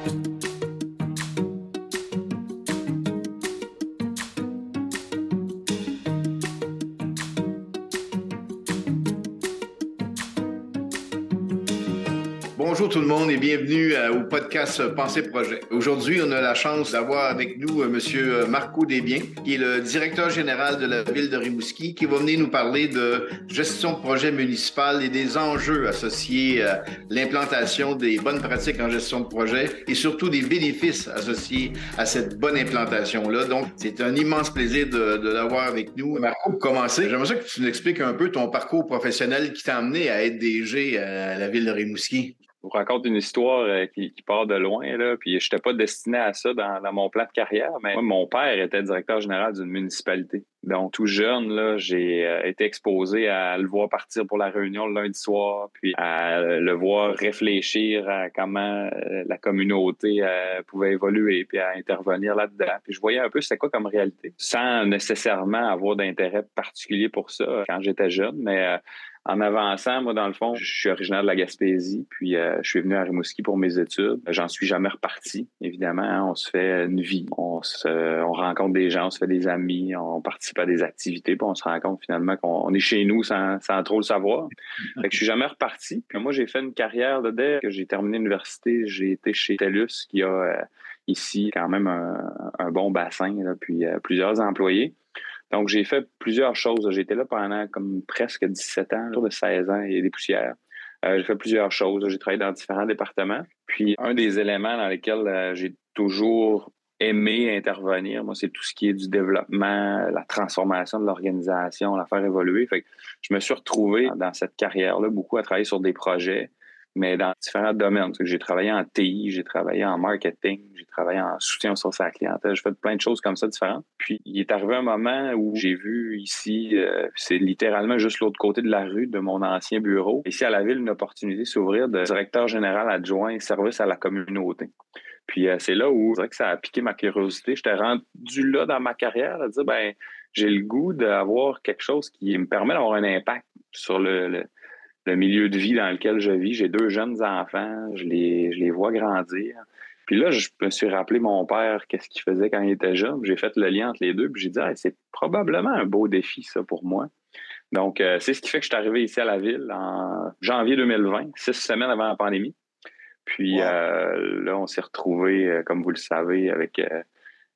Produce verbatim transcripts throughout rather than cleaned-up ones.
Bonjour tout le monde et bienvenue euh, au podcast Pensée Projet. Aujourd'hui, on a la chance d'avoir avec nous euh, M. Marco Desbiens, qui est le directeur général de la ville de Rimouski, qui va venir nous parler de gestion de projet municipal et des enjeux associés à l'implantation des bonnes pratiques en gestion de projet et surtout des bénéfices associés à cette bonne implantation-là. Donc, c'est un immense plaisir de, de l'avoir avec nous. Marco, pour commencer, j'aimerais ça que tu nous expliques un peu ton parcours professionnel qui t'a amené à être D G à la ville de Rimouski. Je vous raconte une histoire euh, qui, qui part de loin, là, puis je n'étais pas destiné à ça dans, dans mon plan de carrière, mais moi, mon père était directeur général d'une municipalité. Donc, tout jeune, là, j'ai euh, été exposé à le voir partir pour la réunion le lundi soir, puis à euh, le voir réfléchir à comment euh, la communauté euh, pouvait évoluer, puis à intervenir là-dedans. Puis je voyais un peu c'était quoi comme réalité, sans nécessairement avoir d'intérêt particulier pour ça quand j'étais jeune, mais... Euh, En avançant, moi, dans le fond, je suis originaire de la Gaspésie, puis euh, je suis venu à Rimouski pour mes études. J'en suis jamais reparti, évidemment. Hein, on se fait une vie, on se, on rencontre des gens, on se fait des amis, on participe à des activités, puis on se rend compte finalement qu'on on est chez nous sans, sans trop le savoir. Fait que je suis jamais reparti. Puis moi, j'ai fait une carrière de dès que j'ai terminé l'université, j'ai été chez TELUS, qui a euh, ici quand même un, un bon bassin, là, puis euh, plusieurs employés. Donc, j'ai fait plusieurs choses. J'ai été là pendant comme presque dix-sept ans, autour de seize ans et des poussières. Euh, j'ai fait plusieurs choses. J'ai travaillé dans différents départements. Puis, un des éléments dans lesquels euh, j'ai toujours aimé intervenir, moi, c'est tout ce qui est du développement, la transformation de l'organisation, la faire évoluer. Fait que je me suis retrouvé dans cette carrière-là beaucoup à travailler sur des projets, mais dans différents domaines. J'ai travaillé en T I, j'ai travaillé en marketing, j'ai travaillé en soutien aux sources à la clientèle. J'ai fait plein de choses comme ça différentes. Puis, il est arrivé un moment où j'ai vu ici, euh, c'est littéralement juste l'autre côté de la rue de mon ancien bureau. Ici, à la ville, une opportunité s'ouvrir de directeur général adjoint service à la communauté. Puis, euh, c'est là où je dirais que ça a piqué ma curiosité. J'étais rendu là dans ma carrière à dire, ben, j'ai le goût d'avoir quelque chose qui me permet d'avoir un impact sur le, le le milieu de vie dans lequel je vis. J'ai deux jeunes enfants, je les, je les vois grandir. Puis là, je me suis rappelé mon père, qu'est-ce qu'il faisait quand il était jeune. J'ai fait le lien entre les deux, puis j'ai dit, hey, c'est probablement un beau défi, ça, pour moi. Donc, euh, c'est ce qui fait que je suis arrivé ici à la ville en janvier deux mille vingt, six semaines avant la pandémie. Puis wow. euh, là, on s'est retrouvés, comme vous le savez, avec... Euh,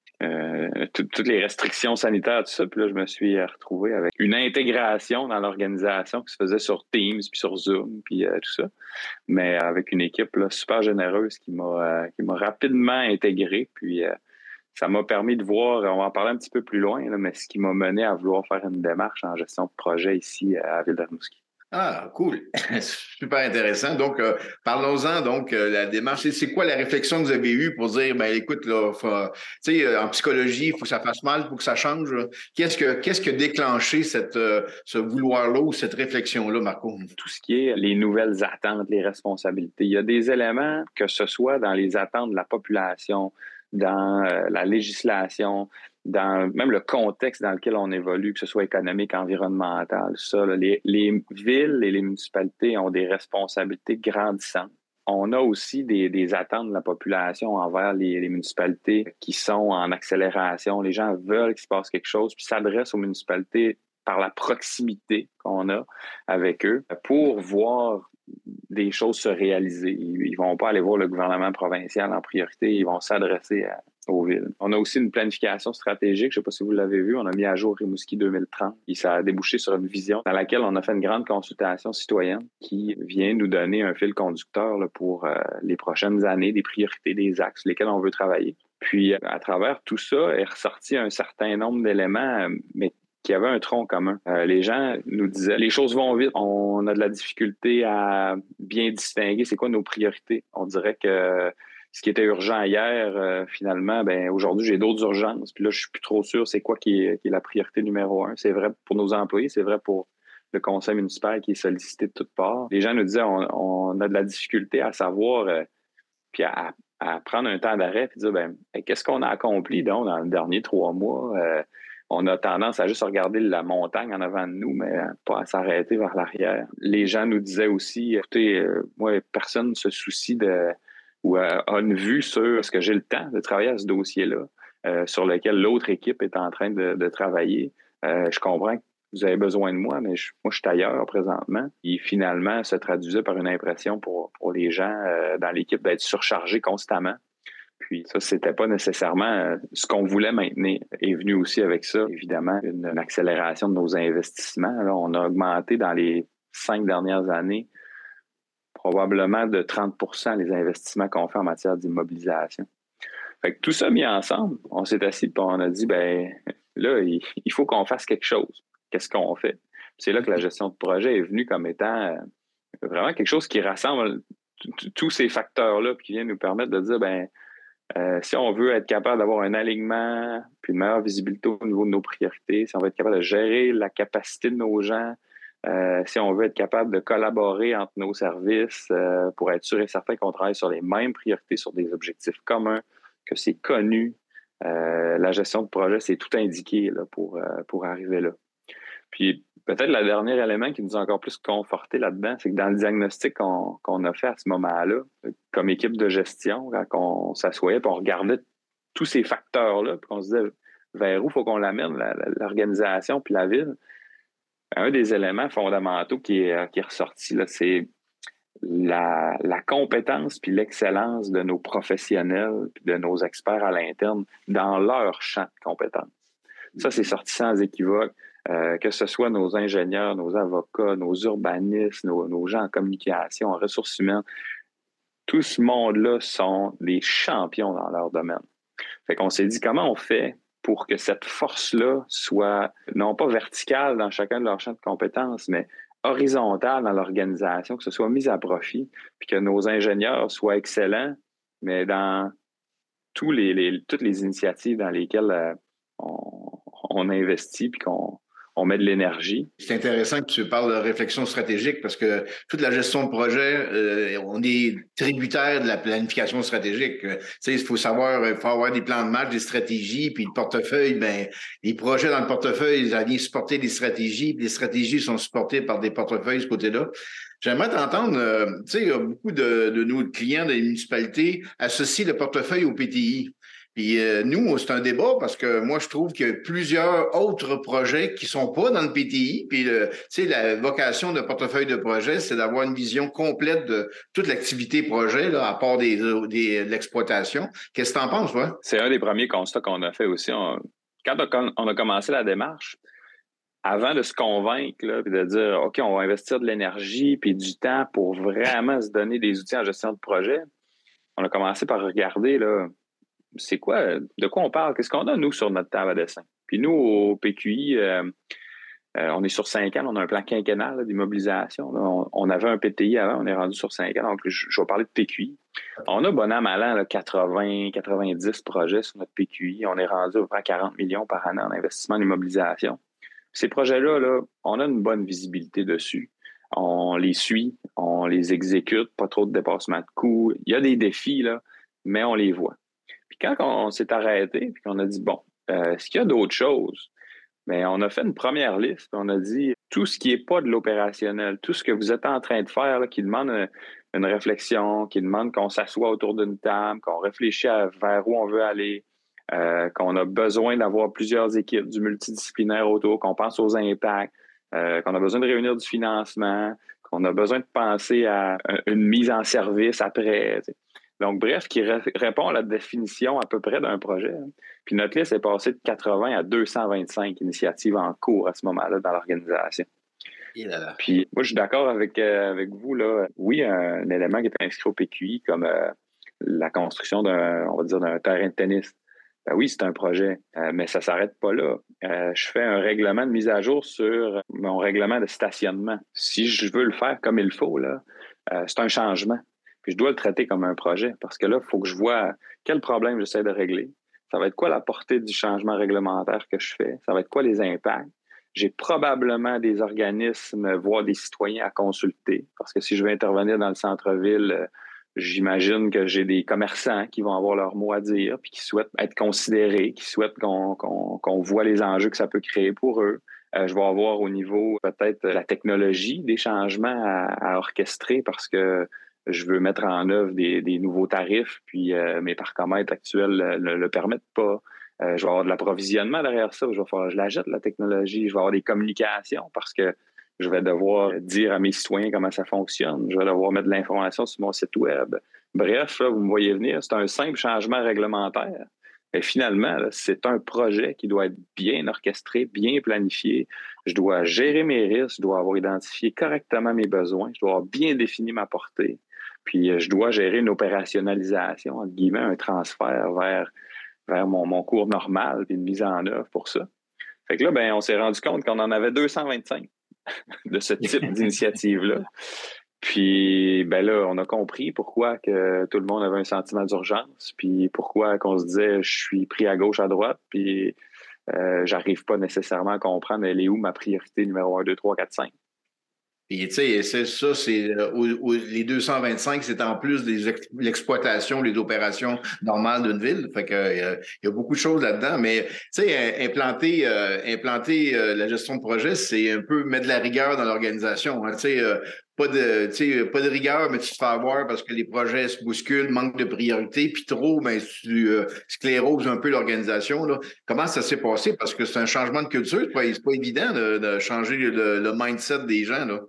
Euh, toutes les restrictions sanitaires, tout ça. Puis là, je me suis retrouvé avec une intégration dans l'organisation qui se faisait sur Teams, puis sur Zoom, puis euh, tout ça. Mais avec une équipe là, super généreuse qui m'a euh, qui m'a rapidement intégré. Puis euh, ça m'a permis de voir, on va en parler un petit peu plus loin, là, mais ce qui m'a mené à vouloir faire une démarche en gestion de projet ici à Ville de Rimouski. Ah, cool. Super intéressant. Donc, euh, parlons-en. Donc, euh, la démarche, c'est, c'est quoi la réflexion que vous avez eue pour dire, ben écoute, là, tu sais, euh, en psychologie, il faut que ça fasse mal, il faut que ça change. Là. Qu'est-ce que qu'est-ce qui a déclenché cette, euh, ce vouloir-là ou cette réflexion-là, Marco? Tout ce qui est les nouvelles attentes, les responsabilités. Il y a des éléments, que ce soit dans les attentes de la population, dans euh, la législation, dans même le contexte dans lequel on évolue, que ce soit économique, environnemental, ça, là, les, les villes et les municipalités ont des responsabilités grandissantes. On a aussi des, des attentes de la population envers les, les municipalités qui sont en accélération. Les gens veulent qu'il se passe quelque chose, puis s'adressent aux municipalités par la proximité qu'on a avec eux pour voir des choses se réaliser. Ils ne vont pas aller voir le gouvernement provincial en priorité, ils vont s'adresser à, aux villes. On a aussi une planification stratégique, je ne sais pas si vous l'avez vu, on a mis à jour Rimouski deux mille trente et ça a débouché sur une vision dans laquelle on a fait une grande consultation citoyenne qui vient nous donner un fil conducteur là, pour euh, les prochaines années, des priorités, des axes sur lesquels on veut travailler. Puis, à travers tout ça, est ressorti un certain nombre d'éléments, mais qui avait un tronc commun. Euh, les gens nous disaient, les choses vont vite, on a de la difficulté à bien distinguer c'est quoi nos priorités. On dirait que ce qui était urgent hier, euh, finalement, ben aujourd'hui, j'ai d'autres urgences. Puis là, je suis plus trop sûr c'est quoi qui est, qui est la priorité numéro un. C'est vrai pour nos employés, c'est vrai pour le conseil municipal qui est sollicité de toutes parts. Les gens nous disaient, on, on a de la difficulté à savoir, euh, puis à, à prendre un temps d'arrêt, puis dire, ben, qu'est-ce qu'on a accompli donc dans les derniers trois mois? Euh, On a tendance à juste regarder la montagne en avant de nous, mais pas à s'arrêter vers l'arrière. Les gens nous disaient aussi, écoutez, euh, moi, personne ne se soucie de, ou a, a une vue sur est-ce que j'ai le temps de travailler à ce dossier-là, euh, sur lequel l'autre équipe est en train de, de travailler. Euh, je comprends que vous avez besoin de moi, mais je, moi, je suis ailleurs présentement. Et finalement, ça se traduisait par une impression pour, pour les gens euh, dans l'équipe d'être surchargés constamment. Puis ça, c'était pas nécessairement euh, ce qu'on voulait maintenir. Est venu aussi avec ça, évidemment, une, une accélération de nos investissements. Là, on a augmenté dans les cinq dernières années probablement de trente pour cent les investissements qu'on fait en matière d'immobilisation. Fait que tout ça mis ensemble, on s'est assis et on a dit, ben là, il, il faut qu'on fasse quelque chose. Qu'est-ce qu'on fait? C'est là que la gestion de projet est venue comme étant euh, vraiment quelque chose qui rassemble tous ces facteurs-là puis qui vient nous permettre de dire, ben euh, si on veut être capable d'avoir un alignement puis une meilleure visibilité au niveau de nos priorités, si on veut être capable de gérer la capacité de nos gens, euh, si on veut être capable de collaborer entre nos services euh, pour être sûr et certain qu'on travaille sur les mêmes priorités, sur des objectifs communs, que c'est connu, euh, la gestion de projet, c'est tout indiqué là, pour, euh, pour arriver là. Puis peut-être le dernier élément qui nous a encore plus conforté là-dedans, c'est que dans le diagnostic qu'on, qu'on a fait à ce moment-là, comme équipe de gestion, quand on s'assoyait et on regardait tous ces facteurs-là, puis qu'on se disait vers où il faut qu'on l'amène, la, la, l'organisation puis la ville, un des éléments fondamentaux qui est, qui est ressorti, là, c'est la, la compétence puis l'excellence de nos professionnels puis de nos experts à l'interne dans leur champ de compétences. Ça, c'est sorti sans équivoque. Euh, que ce soit nos ingénieurs, nos avocats, nos urbanistes, nos, nos gens en communication, en ressources humaines, tout ce monde-là sont des champions dans leur domaine. Fait qu'on s'est dit comment on fait pour que cette force-là soit non pas verticale dans chacun de leurs champs de compétences, mais horizontale dans l'organisation, que ce soit mis à profit, puis que nos ingénieurs soient excellents, mais dans tous les, les, toutes les initiatives dans lesquelles euh, on, on investit puis qu'on on met de l'énergie. C'est intéressant que tu parles de réflexion stratégique parce que toute la gestion de projet, euh, on est tributaire de la planification stratégique. Tu sais, il faut savoir, il faut avoir des plans de match, des stratégies, puis le portefeuille, ben, les projets dans le portefeuille, ça vient supporter des stratégies, puis les stratégies sont supportées par des portefeuilles de ce côté-là. J'aimerais t'entendre, euh, tu sais, beaucoup de, de nos clients des municipalités associent le portefeuille au P T I. Puis euh, nous, c'est un débat parce que moi, je trouve qu'il y a plusieurs autres projets qui sont pas dans le P T I. Puis, tu sais, la vocation de portefeuille de projet, c'est d'avoir une vision complète de toute l'activité projet, là, à part des, des, de l'exploitation. Qu'est-ce que tu en penses, toi? C'est un des premiers constats qu'on a fait aussi. On, quand on a commencé la démarche, avant de se convaincre, là, puis de dire, OK, on va investir de l'énergie puis du temps pour vraiment se donner des outils en gestion de projet, on a commencé par regarder, là, c'est quoi, de quoi on parle? Qu'est-ce qu'on a, nous, sur notre table à dessin? Puis nous, au P Q I, euh, euh, on est sur cinq ans, on a un plan quinquennal là, d'immobilisation. Là. On, on avait un P T I avant, on est rendu sur cinq ans, donc je, je vais parler de P Q I. On a bon an, mal an, là, quatre-vingts, quatre-vingt-dix projets sur notre P Q I. On est rendu à peu près quarante millions par année en investissement en immobilisation. Ces projets-là, là, on a une bonne visibilité dessus. On les suit, on les exécute, pas trop de dépassement de coûts. Il y a des défis, là, mais on les voit. Puis quand on s'est arrêté, puis qu'on a dit, bon, euh, est-ce qu'il y a d'autres choses? Bien, on a fait une première liste, puis on a dit, tout ce qui n'est pas de l'opérationnel, tout ce que vous êtes en train de faire, là, qui demande une, une réflexion, qui demande qu'on s'assoie autour d'une table, qu'on réfléchisse à vers où on veut aller, euh, qu'on a besoin d'avoir plusieurs équipes, du multidisciplinaire autour, qu'on pense aux impacts, euh, qu'on a besoin de réunir du financement, qu'on a besoin de penser à une mise en service après, tu sais. Donc, bref, qui ré- répond à la définition à peu près d'un projet. Hein. Puis notre liste est passée de quatre-vingts à deux cent vingt-cinq initiatives en cours à ce moment-là dans l'organisation. Là là. Puis moi, je suis d'accord avec, euh, avec vous. Là. Oui, un, un élément qui est inscrit au P Q I, comme euh, la construction d'un, on va dire, d'un terrain de tennis. Ben oui, c'est un projet, euh, mais ça ne s'arrête pas là. Euh, je fais un règlement de mise à jour sur mon règlement de stationnement. Si je veux le faire comme il faut, là, euh, c'est un changement. Puis je dois le traiter comme un projet parce que là, il faut que je vois quel problème j'essaie de régler. Ça va être quoi la portée du changement réglementaire que je fais? Ça va être quoi les impacts? J'ai probablement des organismes, voire des citoyens à consulter parce que si je veux intervenir dans le centre-ville, j'imagine que j'ai des commerçants qui vont avoir leur mot à dire puis qui souhaitent être considérés, qui souhaitent qu'on, qu'on, qu'on voit les enjeux que ça peut créer pour eux. Euh, je vais avoir au niveau peut-être la technologie des changements à, à orchestrer parce que je veux mettre en œuvre des, des nouveaux tarifs, puis euh, mes parcomètres actuels ne le permettent pas. Euh, je vais avoir de l'approvisionnement derrière ça, je vais falloir, je la jette, la technologie, je vais avoir des communications parce que je vais devoir dire à mes citoyens comment ça fonctionne, je vais devoir mettre de l'information sur mon site web. Bref, là, vous me voyez venir, c'est un simple changement réglementaire. Et finalement, là, c'est un projet qui doit être bien orchestré, bien planifié. Je dois gérer mes risques, je dois avoir identifié correctement mes besoins, je dois avoir bien défini ma portée. Puis, je dois gérer une opérationnalisation, entre guillemets, un transfert vers, vers mon, mon cours normal, puis une mise en œuvre pour ça. Fait que là, ben, on s'est rendu compte qu'on en avait deux cent vingt-cinq de ce type d'initiative-là. Puis, ben là, on a compris pourquoi que tout le monde avait un sentiment d'urgence, puis pourquoi qu'on se disait, je suis pris à gauche, à droite, puis euh, j'arrive pas nécessairement à comprendre elle est où ma priorité numéro un, deux, trois, quatre, cinq. Puis, tu sais, c'est ça, c'est euh, au- au- les deux cent vingt-cinq, c'est en plus des ex- l'exploitation, les opérations normales d'une ville. Fait que euh, il y a beaucoup de choses là-dedans. Mais tu sais, implanter, euh, implanter euh, la gestion de projet, c'est un peu mettre de la rigueur dans l'organisation. Hein. Tu sais, euh, pas de, tu sais, pas de rigueur, mais tu te fais avoir parce que les projets se bousculent, manque de priorité, puis trop, ben tu euh, scléroses un peu l'organisation. Là. Comment ça s'est passé? Parce que c'est un changement de culture, c'est pas, c'est pas évident de, de changer le, le mindset des gens, là.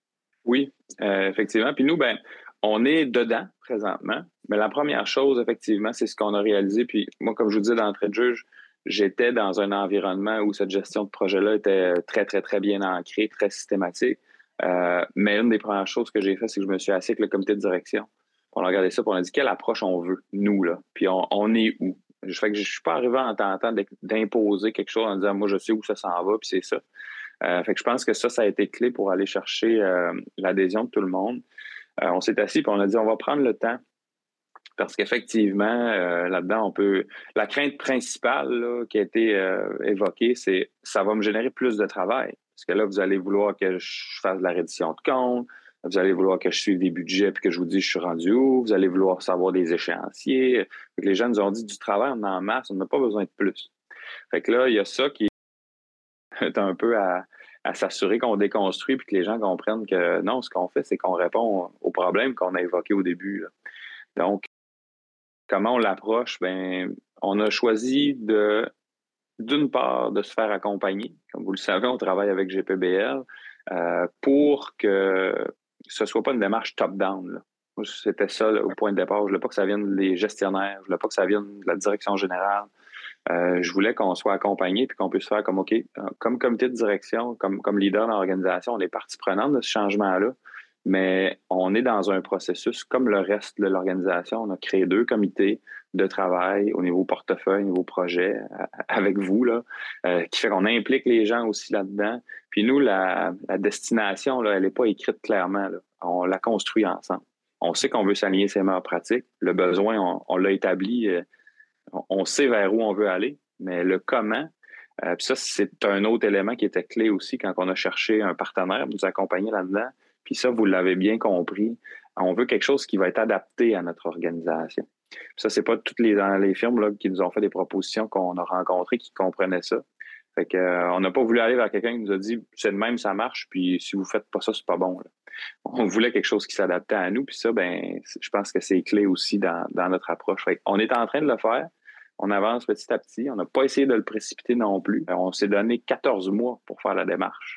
Oui, euh, effectivement. Puis nous, ben, on est dedans présentement. Mais la première chose, effectivement, c'est ce qu'on a réalisé. Puis moi, comme je vous disais d'entrée de jeu, j'étais dans un environnement où cette gestion de projet-là était très, très, très bien ancrée, très systématique. Euh, mais une des premières choses que j'ai fait, c'est que je me suis assis avec le comité de direction. On a regardé ça, puis on a dit quelle approche on veut, nous, là. Puis on, on est où? Je fais que je suis pas arrivé en tentant d'imposer quelque chose en disant moi, je sais où ça s'en va, puis c'est ça. Euh, fait que je pense que ça, ça a été clé pour aller chercher euh, l'adhésion de tout le monde. Euh, on s'est assis et on a dit on va prendre le temps parce qu'effectivement, euh, là-dedans, on peut. La crainte principale là, qui a été euh, évoquée, c'est ça va me générer plus de travail. Parce que là, vous allez vouloir que je fasse de la reddition de compte, vous allez vouloir que je suive des budgets puis que je vous dise je suis rendu où, vous allez vouloir savoir des échéanciers. Fait que les gens nous ont dit du travail, on en masse, on n'a pas besoin de plus. Fait que là, il y a ça qui est un peu à, à s'assurer qu'on déconstruit puis que les gens comprennent que non, ce qu'on fait, c'est qu'on répond aux problèmes qu'on a évoqués au début. Là. Donc, comment on l'approche? Ben, on a choisi de, d'une part, de se faire accompagner. Comme vous le savez, on travaille avec G P B L euh, pour que ce ne soit pas une démarche top-down. Là. Moi, c'était ça là, au point de départ. Je ne voulais pas que ça vienne des gestionnaires, je ne voulais pas que ça vienne de la direction générale. Euh, je voulais qu'on soit accompagné puis qu'on puisse faire comme OK, comme comité de direction, comme, comme leader dans l'organisation, on est partie prenante de ce changement-là, mais on est dans un processus comme le reste de l'organisation. On a créé deux comités de travail au niveau portefeuille, au niveau projet, avec vous, là, euh, qui fait qu'on implique les gens aussi là-dedans. Puis nous, la, la destination, là, elle n'est pas écrite clairement. Là. On la construit ensemble. On sait qu'on veut s'aligner ses meilleures pratiques. Le besoin, on, on l'a établi. Euh, on sait vers où on veut aller, mais le comment, euh, puis ça, c'est un autre élément qui était clé aussi quand on a cherché un partenaire pour nous accompagner là-dedans. Puis ça, vous l'avez bien compris, on veut quelque chose qui va être adapté à notre organisation. Puis ça, c'est pas toutes les, les firmes là, qui nous ont fait des propositions qu'on a rencontrées qui comprenaient ça. Fait que, euh, on n'a pas voulu aller vers quelqu'un qui nous a dit c'est de même, ça marche, puis si vous faites pas ça, c'est pas bon. Là. On voulait quelque chose qui s'adaptait à nous, puis ça, ben, je pense que c'est clé aussi dans, dans notre approche. Fait on est en train de le faire. On avance petit à petit. On n'a pas essayé de le précipiter non plus. On s'est donné quatorze mois pour faire la démarche.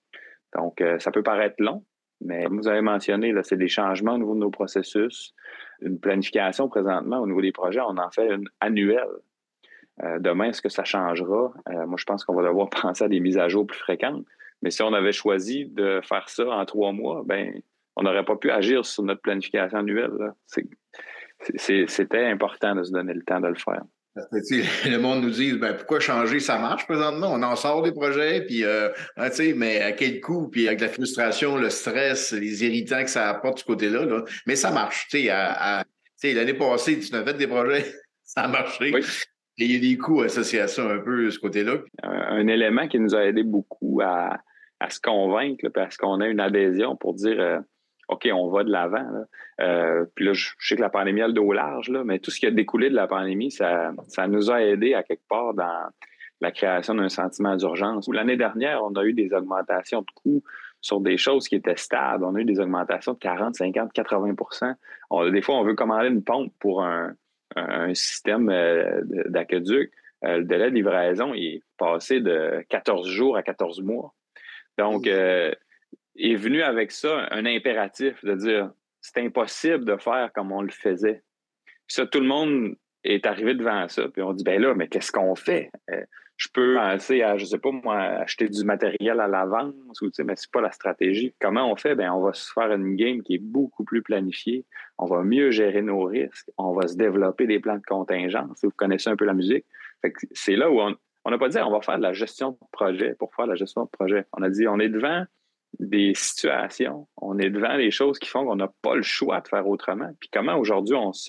Donc, euh, ça peut paraître long, mais comme vous avez mentionné, là, c'est des changements au niveau de nos processus. Une planification présentement au niveau des projets, on en fait une annuelle. Euh, demain, est-ce que ça changera? Euh, moi, je pense qu'on va devoir penser à des mises à jour plus fréquentes. Mais si on avait choisi de faire ça en trois mois, ben, on n'aurait pas pu agir sur notre planification annuelle. Là. C'est, c'est, c'était important de se donner le temps de le faire. Le monde nous dit ben, pourquoi changer, ça marche présentement, on en sort des projets, puis euh, hein, mais à quel coût, puis avec la frustration, le stress, les irritants que ça apporte de ce côté-là, là. Mais ça marche. À, à, l'année passée, tu as fait des projets, ça a marché. Oui. Et il y a des coûts associés à ça un peu, de ce côté-là. Un, un élément qui nous a aidé beaucoup à, à se convaincre, là, parce qu'on a une adhésion pour dire euh, OK, on va de l'avant. Là. Euh, puis là, je, je sais que la pandémie a le dos large, là, mais tout ce qui a découlé de la pandémie, ça, ça nous a aidé à quelque part dans la création d'un sentiment d'urgence. L'année dernière, on a eu des augmentations de coûts sur des choses qui étaient stables. On a eu des augmentations de quarante, cinquante, quatre-vingts pour cent. On, des fois, on veut commander une pompe pour un, un, un système euh, d'aqueduc. Euh, le délai de livraison il est passé de quatorze jours à quatorze mois. Donc, euh, est venu avec ça un impératif de dire c'est impossible de faire comme on le faisait. Puis ça, tout le monde est arrivé devant ça. Puis on dit, ben là, mais qu'est-ce qu'on fait? Euh, je peux penser à, je sais pas moi, acheter du matériel à l'avance, ou, tu sais, mais c'est pas la stratégie. Comment on fait? Ben, on va se faire une game qui est beaucoup plus planifiée. On va mieux gérer nos risques. On va se développer des plans de contingence. Vous connaissez un peu la musique. Fait que c'est là où on on n'a pas dit on va faire de la gestion de projet pour faire de la gestion de projet. On a dit on est devant des situations, on est devant des choses qui font qu'on n'a pas le choix de faire autrement. Puis comment aujourd'hui on se,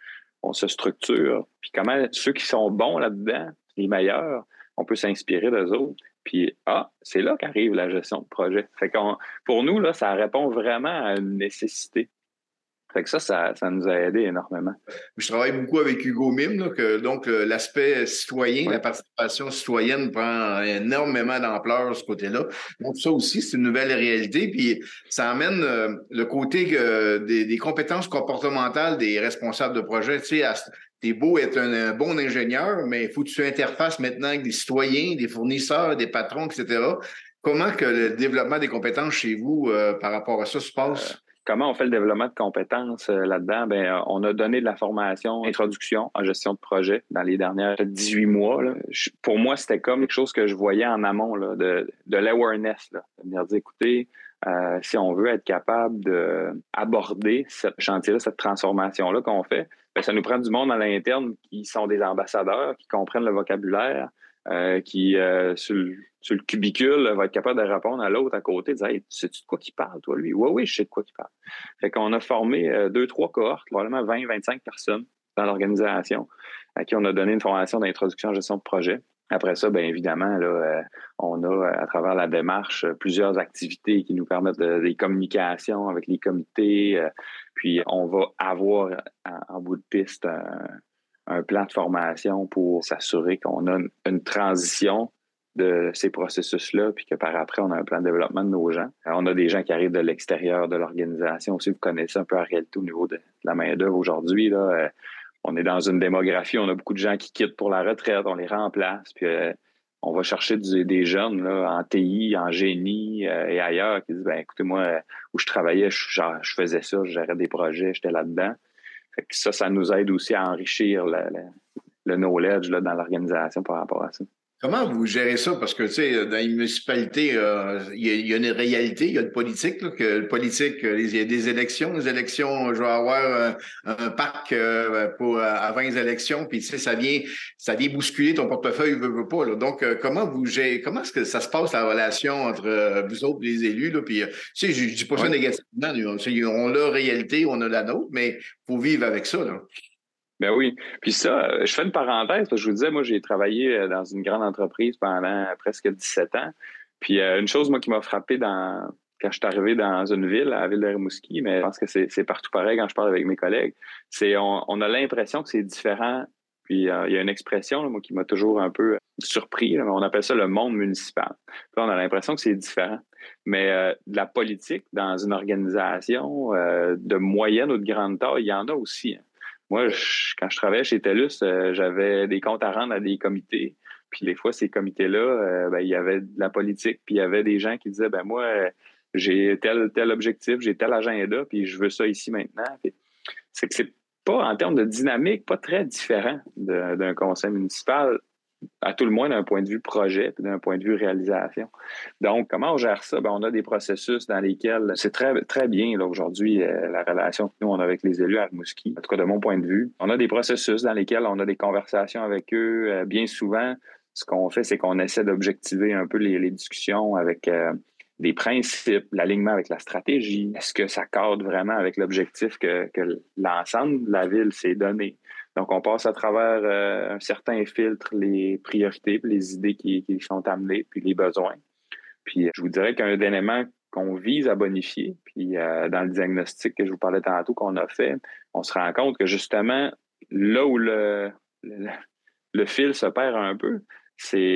on se structure, puis comment ceux qui sont bons là-dedans, les meilleurs, on peut s'inspirer d'eux autres. Puis, ah, c'est là qu'arrive la gestion de projet. Fait qu'on, pour nous, là, ça répond vraiment à une nécessité. Fait que ça, ça, ça nous a aidé énormément. Je travaille beaucoup avec Hugo Mime, là, que, donc l'aspect citoyen, oui. La participation citoyenne prend énormément d'ampleur de ce côté-là. Donc ça aussi, c'est une nouvelle réalité. Puis ça amène euh, le côté euh, des, des compétences comportementales des responsables de projet. Tu sais, à, t'es beau être un, un bon ingénieur, mais il faut que tu interfaces maintenant avec des citoyens, des fournisseurs, des patrons, et cetera. Comment que le développement des compétences chez vous euh, par rapport à ça se passe? Euh, Comment on fait le développement de compétences euh, là-dedans? Bien, on a donné de la formation, introduction en gestion de projet dans les dernières dix-huit mois. Là. Je, pour moi, c'était comme quelque chose que je voyais en amont, là, de, de l'awareness. Là. De me dire, écoutez, euh, si on veut être capable d'aborder ce chantier-là, cette transformation-là qu'on fait, bien, ça nous prend du monde à l'interne qui sont des ambassadeurs, qui comprennent le vocabulaire, euh, qui, euh, sur le sur le cubicule, va être capable de répondre à l'autre à côté, dire hey, tu sais-tu de quoi qu'il parle, toi, lui? Oui, oui, je sais de quoi qu'il parle. Fait qu'on a formé euh, deux, trois cohortes, probablement vingt, vingt-cinq personnes dans l'organisation, à qui on a donné une formation d'introduction en gestion de projet. Après ça, bien évidemment, là, euh, on a, à travers la démarche, plusieurs activités qui nous permettent de, des communications avec les comités. Euh, puis on va avoir en, en bout de piste un, un plan de formation pour s'assurer qu'on a une, une transition de ces processus-là, puis que par après, on a un plan de développement de nos gens. Alors, on a des gens qui arrivent de l'extérieur de l'organisation aussi. Vous connaissez un peu la réalité au niveau de la main-d'œuvre aujourd'hui. Là, euh, on est dans une démographie, on a beaucoup de gens qui quittent pour la retraite, on les remplace, puis euh, on va chercher du, des jeunes là, en T I, en génie euh, et ailleurs qui disent, ben écoutez, moi, où je travaillais, je, genre, je faisais ça, je gérais des projets, j'étais là-dedans. Fait que ça, ça nous aide aussi à enrichir le, le, le knowledge là, dans l'organisation par rapport à ça. Comment vous gérez ça? Parce que, tu sais, dans les municipalités, euh, il, y a, il y a une réalité, il y a une politique, là, que le politique, il y a des élections. Les élections, je vais avoir un, un parc euh, pour, à vingt élections, puis tu sais, ça vient, ça vient bousculer ton portefeuille, veut, veut pas. Là. Donc, euh, comment vous gérez, comment est-ce que ça se passe, la relation entre euh, vous autres et les élus? Là? Puis, euh, tu sais, je, je dis pas ça ouais. négativement. Nous, on a la réalité, on a la nôtre, mais il faut vivre avec ça, là. Ben oui. Puis ça, je fais une parenthèse, parce que je vous disais, moi, j'ai travaillé dans une grande entreprise pendant presque dix-sept ans. Puis une chose, moi, qui m'a frappé dans, quand je suis arrivé dans une ville, la ville de Rimouski, mais je pense que c'est, c'est partout pareil quand je parle avec mes collègues, c'est on, on a l'impression que c'est différent. Puis euh, il y a une expression, là, moi, qui m'a toujours un peu surpris, là, on appelle ça le monde municipal. Puis là, on a l'impression que c'est différent. Mais euh, de la politique dans une organisation euh, de moyenne ou de grande taille, il y en a aussi. Hein. Moi, je, quand je travaillais chez TELUS, euh, j'avais des comptes à rendre à des comités. Puis des fois, ces comités-là, euh, ben, il y avait de la politique, puis il y avait des gens qui disaient, ben moi, euh, j'ai tel, tel objectif, j'ai tel agenda, puis je veux ça ici maintenant. Puis, c'est que c'est pas, en termes de dynamique, pas très différent de, d'un conseil municipal, à tout le moins d'un point de vue projet puis d'un point de vue réalisation. Donc, comment on gère ça? Ben, on a des processus dans lesquels c'est très, très bien là, aujourd'hui euh, la relation que nous on a avec les élus à Rimouski, en tout cas de mon point de vue. On a des processus dans lesquels on a des conversations avec eux. Euh, bien souvent, ce qu'on fait, c'est qu'on essaie d'objectiver un peu les, les discussions avec euh, des principes, l'alignement avec la stratégie. Est-ce que ça cadre vraiment avec l'objectif que, que l'ensemble de la ville s'est donné? Donc, on passe à travers euh, un certain filtre, les priorités, puis les idées qui, qui sont amenées, puis les besoins. Puis, je vous dirais qu'un élément qu'on vise à bonifier, puis euh, dans le diagnostic que je vous parlais tantôt qu'on a fait, on se rend compte que justement, là où le, le, le fil se perd un peu, c'est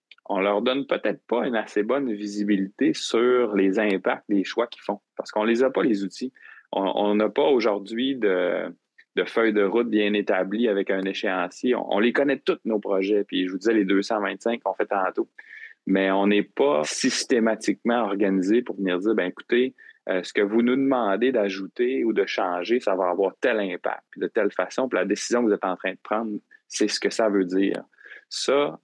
on leur donne peut-être pas une assez bonne visibilité sur les impacts des choix qu'ils font, parce qu'on les a pas, les outils. On n'a pas aujourd'hui de, de feuilles de route bien établies avec un échéancier. On, on les connaît tous, nos projets, puis je vous disais les deux cent vingt-cinq qu'on fait tantôt, mais on n'est pas systématiquement organisé pour venir dire, ben écoutez, euh, ce que vous nous demandez d'ajouter ou de changer, ça va avoir tel impact, puis de telle façon, puis la décision que vous êtes en train de prendre, c'est ce que ça veut dire. Ça,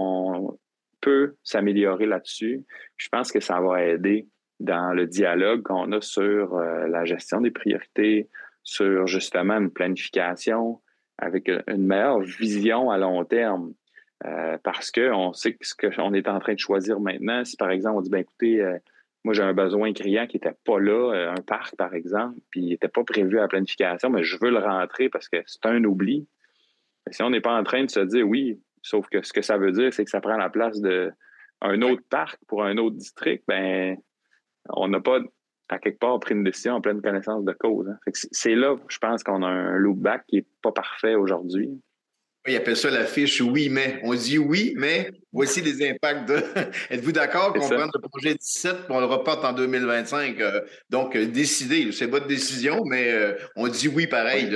on peut s'améliorer là-dessus. Je pense que ça va aider dans le dialogue qu'on a sur euh, la gestion des priorités, sur justement une planification avec une meilleure vision à long terme. Euh, parce qu'on sait que ce qu'on est en train de choisir maintenant, si par exemple on dit, ben écoutez, euh, moi j'ai un besoin criant qui n'était pas là, euh, un parc par exemple, puis il n'était pas prévu à la planification, mais je veux le rentrer parce que c'est un oubli. Mais si on n'est pas en train de se dire oui, sauf que ce que ça veut dire, c'est que ça prend la place d'un autre parc pour un autre district, ben on n'a pas, à quelque part, pris une décision en pleine connaissance de cause. Hein. Fait que c'est là, je pense qu'on a un loop-back qui n'est pas parfait aujourd'hui. Ils appellent ça la fiche oui, mais. On dit oui, mais voici les impacts de. Êtes-vous d'accord qu'on prenne le projet dix-sept et on le reporte en deux mille vingt-cinq? Euh, donc, euh, décidez. C'est votre décision, mais euh, on dit oui pareil.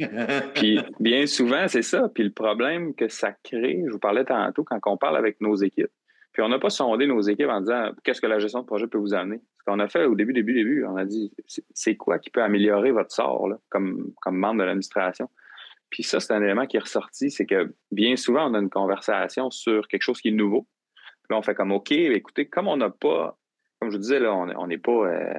Puis, bien souvent, c'est ça. Puis le problème que ça crée, je vous parlais tantôt, quand on parle avec nos équipes, puis on n'a pas sondé nos équipes en disant qu'est-ce que la gestion de projet peut vous amener. Ce qu'on a fait au début, début, début, on a dit c'est quoi qui peut améliorer votre sort là, comme, comme membre de l'administration. Puis ça, c'est un élément qui est ressorti, c'est que bien souvent, on a une conversation sur quelque chose qui est nouveau. Puis là, on fait comme, OK, écoutez, comme on n'a pas, comme je vous disais, là, on n'est pas, euh,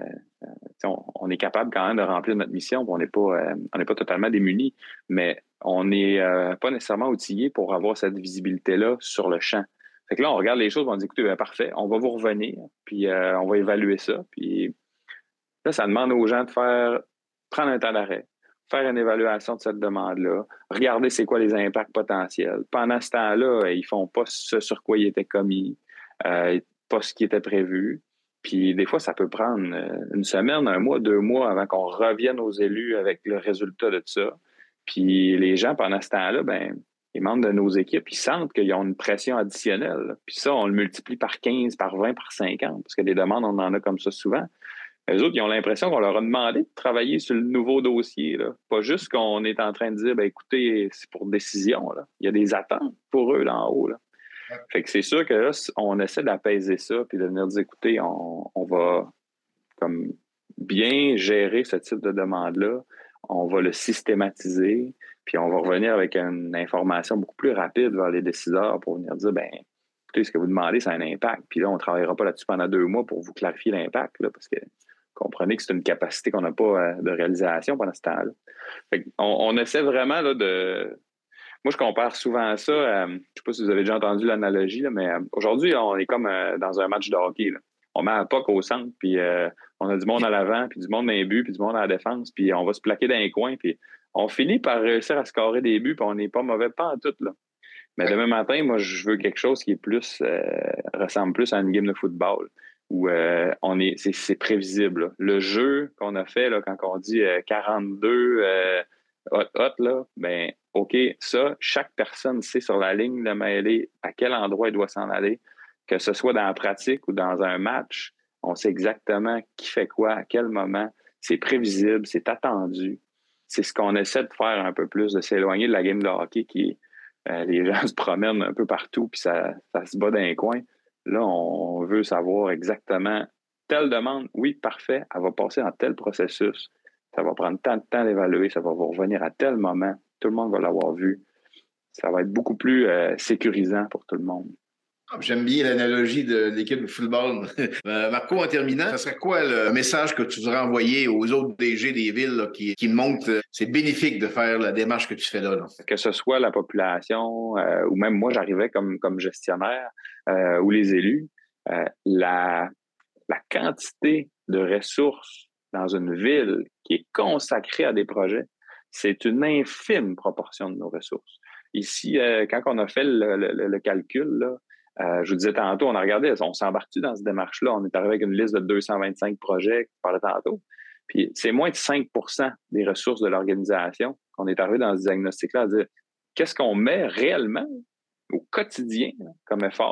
on, on est capable quand même de remplir notre mission, on n'est pas, euh, on n'est pas totalement démunis, mais on n'est euh, pas nécessairement outillé pour avoir cette visibilité-là sur le champ. Fait que là, on regarde les choses, on dit, écoutez, ben, parfait, on va vous revenir, puis euh, on va évaluer ça. Puis là, ça demande aux gens de faire, prendre un temps d'arrêt, faire une évaluation de cette demande-là, regarder c'est quoi les impacts potentiels. Pendant ce temps-là, ils font pas ce sur quoi ils étaient commis, euh, pas ce qui était prévu. Puis des fois, ça peut prendre une semaine, un mois, deux mois avant qu'on revienne aux élus avec le résultat de tout ça. Puis les gens, pendant ce temps-là, ben, les membres de nos équipes, ils sentent qu'ils ont une pression additionnelle. Puis ça, on le multiplie par quinze, par vingt, par cinquante, parce que des demandes, on en a comme ça souvent. Les autres, ils ont l'impression qu'on leur a demandé de travailler sur le nouveau dossier. Là. Pas juste qu'on est en train de dire, ben écoutez, c'est pour décision. Là. Il y a des attentes pour eux là en haut. Là. Fait que c'est sûr que là, on essaie d'apaiser ça puis de venir dire, écoutez, on, on va comme bien gérer ce type de demande-là. On va le systématiser, puis on va revenir avec une information beaucoup plus rapide vers les décideurs pour venir dire, ben écoutez, ce que vous demandez, c'est un impact. Puis là, on ne travaillera pas là-dessus pendant deux mois pour vous clarifier l'impact, là, parce que comprenez que c'est une capacité qu'on n'a pas euh, de réalisation pendant ce temps-là. Fait on, on essaie vraiment là, de... Moi, je compare souvent ça, euh, je ne sais pas si vous avez déjà entendu l'analogie, là, mais euh, aujourd'hui, on est comme euh, dans un match de hockey. Là. On met un puck au centre, puis euh, on a du monde à l'avant, puis du monde dans les buts, puis du monde à la défense, puis on va se plaquer dans les coins, puis on finit par réussir à scorer des buts, puis on n'est pas mauvais, pas en tout, là. Mais demain matin, moi, je veux quelque chose qui est plus euh, ressemble plus à une game de football où euh, on est, c'est, c'est prévisible. Là. Le jeu qu'on a fait là, quand on dit euh, quarante-deux euh, hot, hot, là, ben OK, ça, chaque personne sait sur la ligne de mêlée à quel endroit il doit s'en aller, que ce soit dans la pratique ou dans un match, on sait exactement qui fait quoi, à quel moment. C'est prévisible, c'est attendu. C'est ce qu'on essaie de faire un peu plus, de s'éloigner de la game de hockey qui est Euh, les gens se promènent un peu partout, puis ça, ça se bat dans les coins. Là, on veut savoir exactement telle demande, oui, parfait, elle va passer dans tel processus. Ça va prendre tant de temps d'évaluer, ça va vous revenir à tel moment. Tout le monde va l'avoir vu. Ça va être beaucoup plus euh, sécurisant pour tout le monde. J'aime bien l'analogie de l'équipe de football. Euh, Marco, en terminant, ce serait quoi le message que tu voudrais envoyer aux autres D G des villes là, qui, qui montrent que c'est bénéfique de faire la démarche que tu fais là? là? Que ce soit la population euh, ou même moi, j'arrivais comme, comme gestionnaire euh, ou les élus, euh, la, la quantité de ressources dans une ville qui est consacrée à des projets, c'est une infime proportion de nos ressources. Ici, euh, quand on a fait le, le, le calcul, là, Euh, je vous disais tantôt, on a regardé, on s'embarque-tu dans cette démarche-là? On est arrivé avec une liste de deux cent vingt-cinq projets, je parlais tantôt. Puis c'est moins de cinq pour cent des ressources de l'organisation qu'on est arrivé dans ce diagnostic-là à dire qu'est-ce qu'on met réellement au quotidien comme effort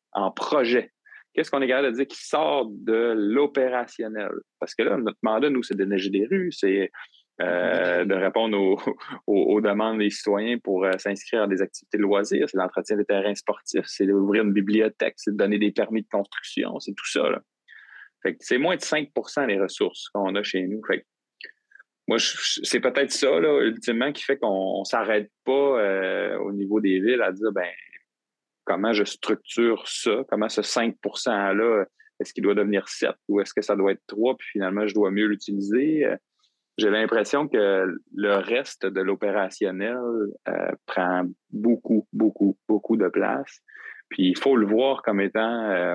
en projet. Qu'est-ce qu'on est capable de dire qui sort de l'opérationnel? Parce que là, notre mandat, nous, c'est de neiger des rues, c'est euh, de répondre aux, aux, aux demandes des citoyens pour euh, s'inscrire à des activités de loisirs, c'est l'entretien des terrains sportifs, c'est d'ouvrir une bibliothèque, c'est de donner des permis de construction, c'est tout ça, là. Fait que c'est moins de cinq pour cent des ressources qu'on a chez nous. Fait que moi, je, c'est peut-être ça, là, ultimement, qui fait qu'on ne s'arrête pas euh, au niveau des villes à dire, ben comment je structure ça, comment ce cinq pour cent-là, est-ce qu'il doit devenir sept ou est-ce que ça doit être trois, puis finalement, je dois mieux l'utiliser. J'ai l'impression que le reste de l'opérationnel euh, prend beaucoup, beaucoup, beaucoup de place. Puis il faut le voir comme étant, euh,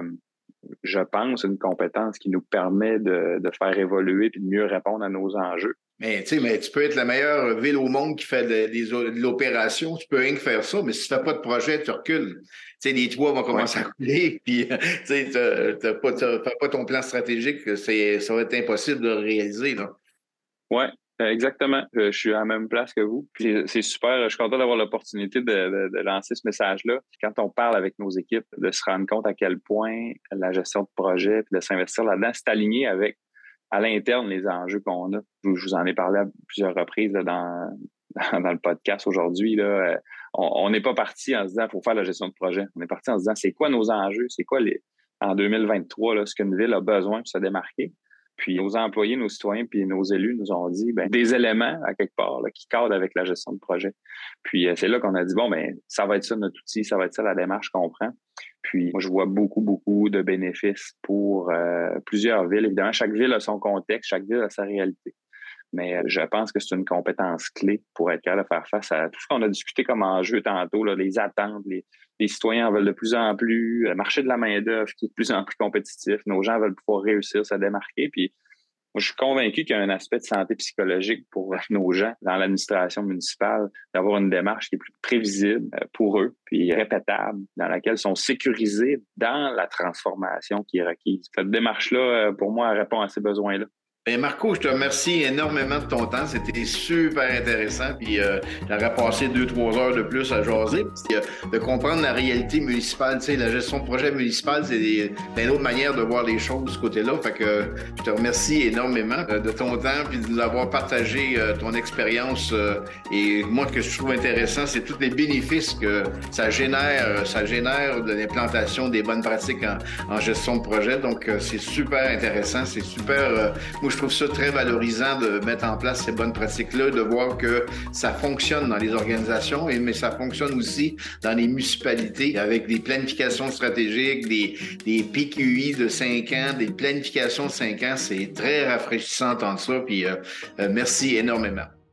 je pense, une compétence qui nous permet de, de faire évoluer puis de mieux répondre à nos enjeux. Mais tu sais, mais tu peux être la meilleure ville au monde qui fait de, de, de l'opération, tu peux rien que faire ça, mais si tu fais pas de projet, tu recules. Tu sais, les toits vont commencer ouais. à couler, puis tu sais, t'as, t'as pas, t'as, t'as pas ton plan stratégique, c'est, ça va être impossible de le réaliser, là. Oui, exactement. Je suis à la même place que vous. Puis c'est super. Je suis content d'avoir l'opportunité de, de, de lancer ce message-là. Puis quand on parle avec nos équipes, de se rendre compte à quel point la gestion de projet, puis de s'investir là-dedans, c'est aligné avec à l'interne les enjeux qu'on a. Je vous en ai parlé à plusieurs reprises là, dans, dans le podcast aujourd'hui. Là. On n'est pas parti en se disant qu'il faut faire la gestion de projet. On est parti en se disant c'est quoi nos enjeux, c'est quoi les en deux mille vingt-trois là, ce qu'une ville a besoin pour se démarquer. Puis nos employés, nos citoyens, puis nos élus nous ont dit ben, des éléments à quelque part là, qui cadrent avec la gestion de projet. Puis c'est là qu'on a dit bon ben ça va être ça notre outil, ça va être ça la démarche qu'on prend. Puis moi je vois beaucoup beaucoup de bénéfices pour euh, plusieurs villes. Évidemment, chaque ville a son contexte, chaque ville a sa réalité. Mais je pense que c'est une compétence clé pour être capable de faire face à tout ce qu'on a discuté comme enjeu tantôt, là, les attentes, les, les citoyens en veulent de plus en plus, le marché de la main-d'œuvre qui est de plus en plus compétitif, nos gens veulent pouvoir réussir, se démarquer. Puis moi, je suis convaincu qu'il y a un aspect de santé psychologique pour nos gens dans l'administration municipale, d'avoir une démarche qui est plus prévisible pour eux, puis répétable, dans laquelle ils sont sécurisés dans la transformation qui est requise. Cette démarche-là, pour moi, elle répond à ces besoins-là. Bien, Marco, je te remercie énormément de ton temps. C'était super intéressant. Puis euh, j'aurais passé deux, trois heures de plus à jaser. Puis, euh, de comprendre la réalité municipale. Tu sais, la gestion de projet municipal, c'est des, une autre manière de voir les choses de ce côté-là. Fait que euh, je te remercie énormément euh, de ton temps puis de nous avoir partagé euh, ton expérience. Euh, et moi, ce que je trouve intéressant, c'est tous les bénéfices que ça génère, ça génère de l'implantation des bonnes pratiques en, en gestion de projet. Donc, euh, c'est super intéressant. C'est super... Euh, moi, je trouve ça très valorisant de mettre en place ces bonnes pratiques-là, de voir que ça fonctionne dans les organisations, mais ça fonctionne aussi dans les municipalités avec des planifications stratégiques, des, des P Q I de cinq ans, des planifications de cinq ans. C'est très rafraîchissant d'entendre ça. Puis, euh, euh, merci énormément.